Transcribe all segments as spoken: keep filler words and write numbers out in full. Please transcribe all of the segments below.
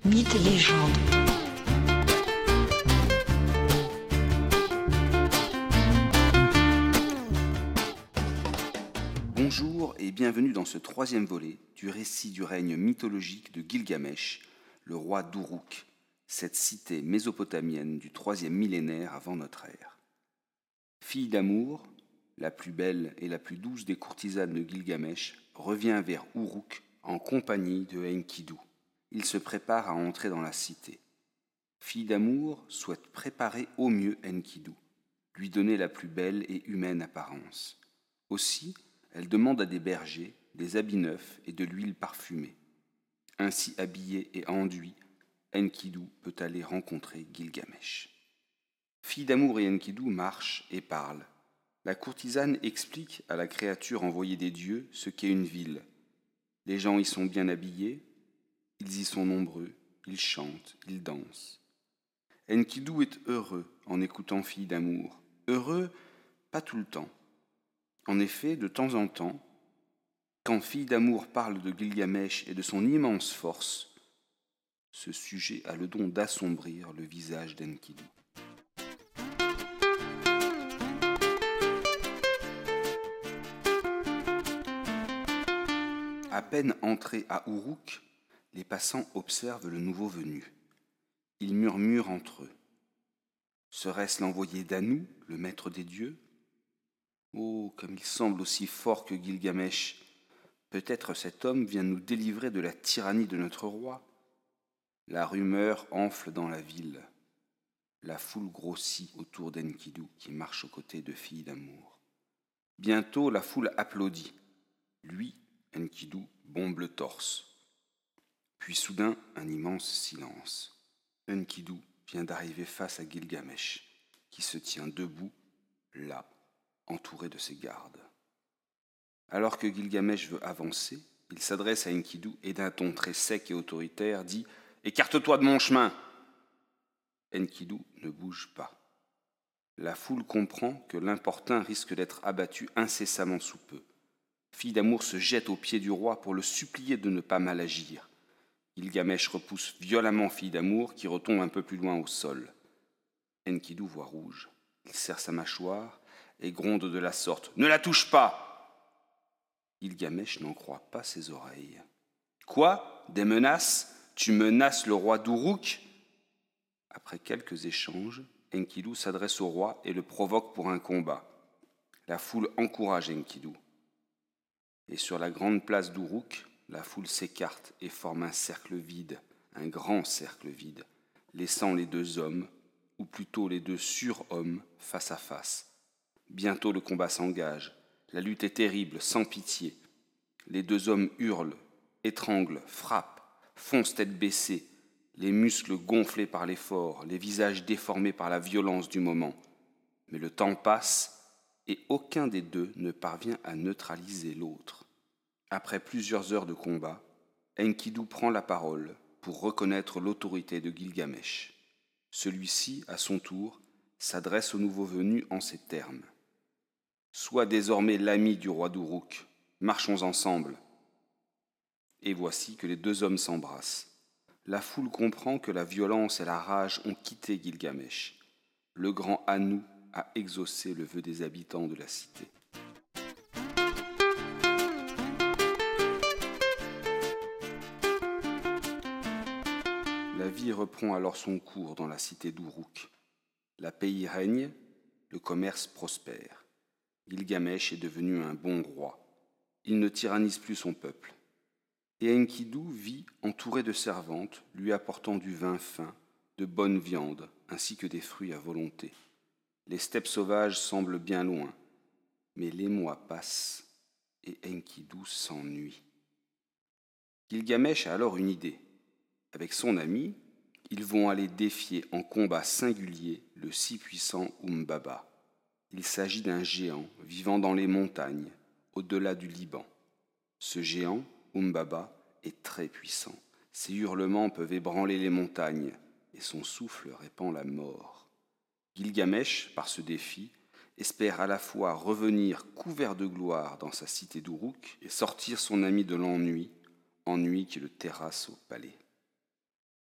Mythes et légendes. Bonjour et bienvenue dans ce troisième volet du récit du règne mythologique de Gilgamesh, le roi d'Uruk, cette cité mésopotamienne du troisième millénaire avant notre ère. Fille d'amour, la plus belle et la plus douce des courtisanes de Gilgamesh revient vers Uruk en compagnie de Enkidu. Il se prépare à entrer dans la cité. Fille d'amour souhaite préparer au mieux Enkidu, lui donner la plus belle et humaine apparence. Aussi, elle demande à des bergers des habits neufs et de l'huile parfumée. Ainsi habillé et enduit, Enkidu peut aller rencontrer Gilgamesh. Fille d'amour et Enkidu marchent et parlent. La courtisane explique à la créature envoyée des dieux ce qu'est une ville. Les gens y sont bien habillés, ils y sont nombreux, ils chantent, ils dansent. Enkidu est heureux en écoutant Fille d'amour. Heureux, pas tout le temps. En effet, de temps en temps, quand Fille d'amour parle de Gilgamesh et de son immense force, ce sujet a le don d'assombrir le visage d'Enkidu. À peine entré à Uruk, les passants observent le nouveau venu. Ils murmurent entre eux. Serait-ce l'envoyé d'Anu, le maître des dieux ? Oh, comme il semble aussi fort que Gilgamesh. Peut-être cet homme vient nous délivrer de la tyrannie de notre roi. La rumeur enfle dans la ville. La foule grossit autour d'Enkidu qui marche aux côtés de Fille d'amour. Bientôt, la foule applaudit. Lui, Enkidu, bombe le torse. Puis soudain, un immense silence. Enkidu vient d'arriver face à Gilgamesh, qui se tient debout, là, entouré de ses gardes. Alors que Gilgamesh veut avancer, il s'adresse à Enkidu et d'un ton très sec et autoritaire dit « Écarte-toi de mon chemin !» Enkidu ne bouge pas. La foule comprend que l'importun risque d'être abattu incessamment sous peu. Fille d'amour se jette aux pieds du roi pour le supplier de ne pas mal agir. Gilgamesh repousse violemment Fille d'amour qui retombe un peu plus loin au sol. Enkidu voit rouge. Il serre sa mâchoire et gronde de la sorte « Ne la touche pas !» Gilgamesh n'en croit pas ses oreilles. « Quoi ? Des menaces ? Tu menaces le roi d'Uruk ?» Après quelques échanges, Enkidu s'adresse au roi et le provoque pour un combat. La foule encourage Enkidu. Et sur la grande place d'Uruk, la foule s'écarte et forme un cercle vide, un grand cercle vide, laissant les deux hommes, ou plutôt les deux surhommes, face à face. Bientôt le combat s'engage. La lutte est terrible, sans pitié. Les deux hommes hurlent, étranglent, frappent, foncent tête baissée, les muscles gonflés par l'effort, les visages déformés par la violence du moment. Mais le temps passe et aucun des deux ne parvient à neutraliser l'autre. Après plusieurs heures de combat, Enkidu prend la parole pour reconnaître l'autorité de Gilgamesh. Celui-ci, à son tour, s'adresse au nouveau venu en ces termes. « Sois désormais l'ami du roi d'Uruk, marchons ensemble. » Et voici que les deux hommes s'embrassent. La foule comprend que la violence et la rage ont quitté Gilgamesh. Le grand Anu a exaucé le vœu des habitants de la cité. La vie reprend alors son cours dans la cité d'Uruk. La paix y règne, le commerce prospère. Gilgamesh est devenu un bon roi. Il ne tyrannise plus son peuple. Et Enkidu vit entouré de servantes, lui apportant du vin fin, de bonne viande, ainsi que des fruits à volonté. Les steppes sauvages semblent bien loin, mais les mois passent et Enkidu s'ennuie. Gilgamesh a alors une idée. Avec son ami, ils vont aller défier en combat singulier le si puissant Humbaba. Il s'agit d'un géant vivant dans les montagnes, au-delà du Liban. Ce géant, Humbaba, est très puissant. Ses hurlements peuvent ébranler les montagnes et son souffle répand la mort. Gilgamesh, par ce défi, espère à la fois revenir couvert de gloire dans sa cité d'Uruk et sortir son ami de l'ennui, ennui qui le terrasse au palais.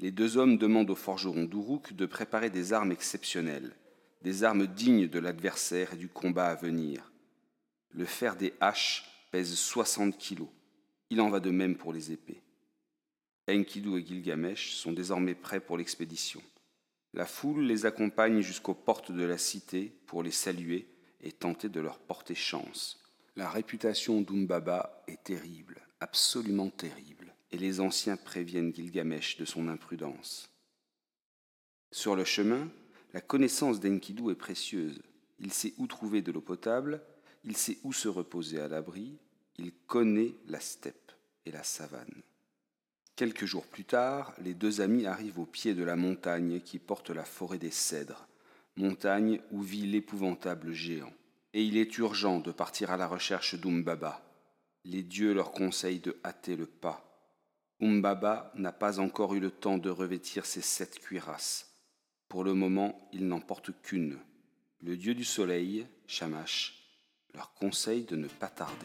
Les deux hommes demandent au forgeron d'Uruk de préparer des armes exceptionnelles, des armes dignes de l'adversaire et du combat à venir. Le fer des haches pèse soixante kilos. Il en va de même pour les épées. Enkidu et Gilgamesh sont désormais prêts pour l'expédition. La foule les accompagne jusqu'aux portes de la cité pour les saluer et tenter de leur porter chance. La réputation d'Humbaba est terrible, absolument terrible, et les anciens préviennent Gilgamesh de son imprudence. Sur le chemin, la connaissance d'Enkidu est précieuse. Il sait où trouver de l'eau potable, il sait où se reposer à l'abri, il connaît la steppe et la savane. Quelques jours plus tard, les deux amis arrivent au pied de la montagne qui porte la forêt des cèdres, montagne où vit l'épouvantable géant. Et il est urgent de partir à la recherche d'Humbaba. Les dieux leur conseillent de hâter le pas. Humbaba n'a pas encore eu le temps de revêtir ses sept cuirasses. Pour le moment, il n'en porte qu'une. Le dieu du soleil, Shamash, leur conseille de ne pas tarder.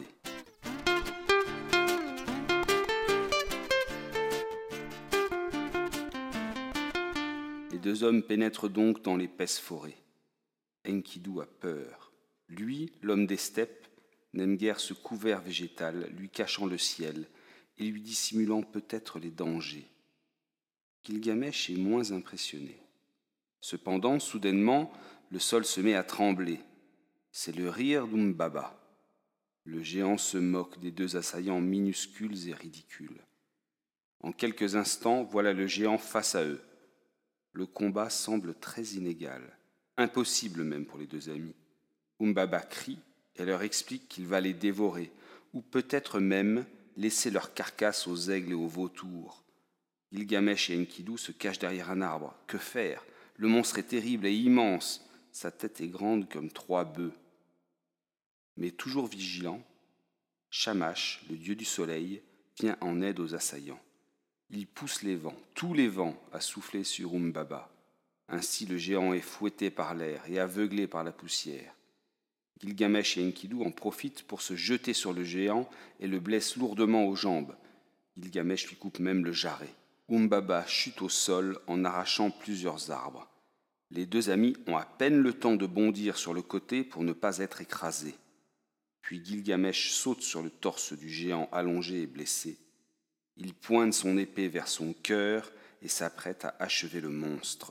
Les deux hommes pénètrent donc dans l'épaisse forêt. Enkidu a peur. Lui, l'homme des steppes, n'aime guère ce couvert végétal lui cachant le ciel et lui dissimulant peut-être les dangers. Gilgamesh est moins impressionné. Cependant, soudainement, le sol se met à trembler. C'est le rire d'Humbaba. Le géant se moque des deux assaillants minuscules et ridicules. En quelques instants, voilà le géant face à eux. Le combat semble très inégal, impossible même pour les deux amis. Humbaba crie et leur explique qu'il va les dévorer, ou peut-être même laisser leur carcasse aux aigles et aux vautours. Gilgamesh et Enkidu se cachent derrière un arbre. Que faire? Le monstre est terrible et immense. Sa tête est grande comme trois bœufs. Mais toujours vigilant, Shamash, le dieu du soleil, vient en aide aux assaillants. Il pousse les vents, tous les vents, à souffler sur Humbaba. Ainsi le géant est fouetté par l'air et aveuglé par la poussière. Gilgamesh et Enkidu en profitent pour se jeter sur le géant et le blessent lourdement aux jambes. Gilgamesh lui coupe même le jarret. Humbaba chute au sol en arrachant plusieurs arbres. Les deux amis ont à peine le temps de bondir sur le côté pour ne pas être écrasés. Puis Gilgamesh saute sur le torse du géant allongé et blessé. Il pointe son épée vers son cœur et s'apprête à achever le monstre.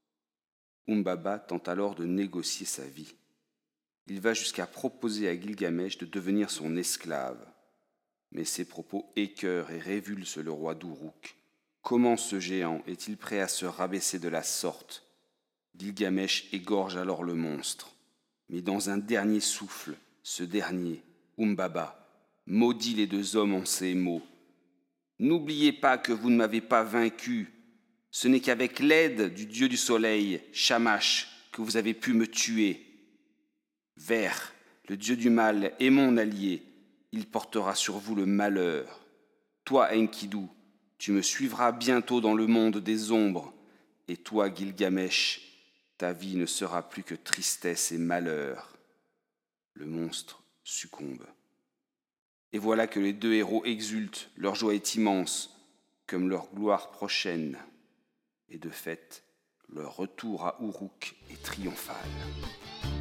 Humbaba tente alors de négocier sa vie. Il va jusqu'à proposer à Gilgamesh de devenir son esclave. Mais ses propos écœurent et révulsent le roi d'Uruk. Comment ce géant est-il prêt à se rabaisser de la sorte? Gilgamesh égorge alors le monstre. Mais dans un dernier souffle, ce dernier, Humbaba, maudit les deux hommes en ces mots. « N'oubliez pas que vous ne m'avez pas vaincu. Ce n'est qu'avec l'aide du dieu du soleil, Shamash, que vous avez pu me tuer. Ver, le dieu du mal, est mon allié. Il portera sur vous le malheur. Toi, Enkidu, tu me suivras bientôt dans le monde des ombres. Et toi, Gilgamesh, ta vie ne sera plus que tristesse et malheur. » Le monstre succombe. Et voilà que les deux héros exultent, leur joie est immense, comme leur gloire prochaine. Et de fait, leur retour à Uruk est triomphal.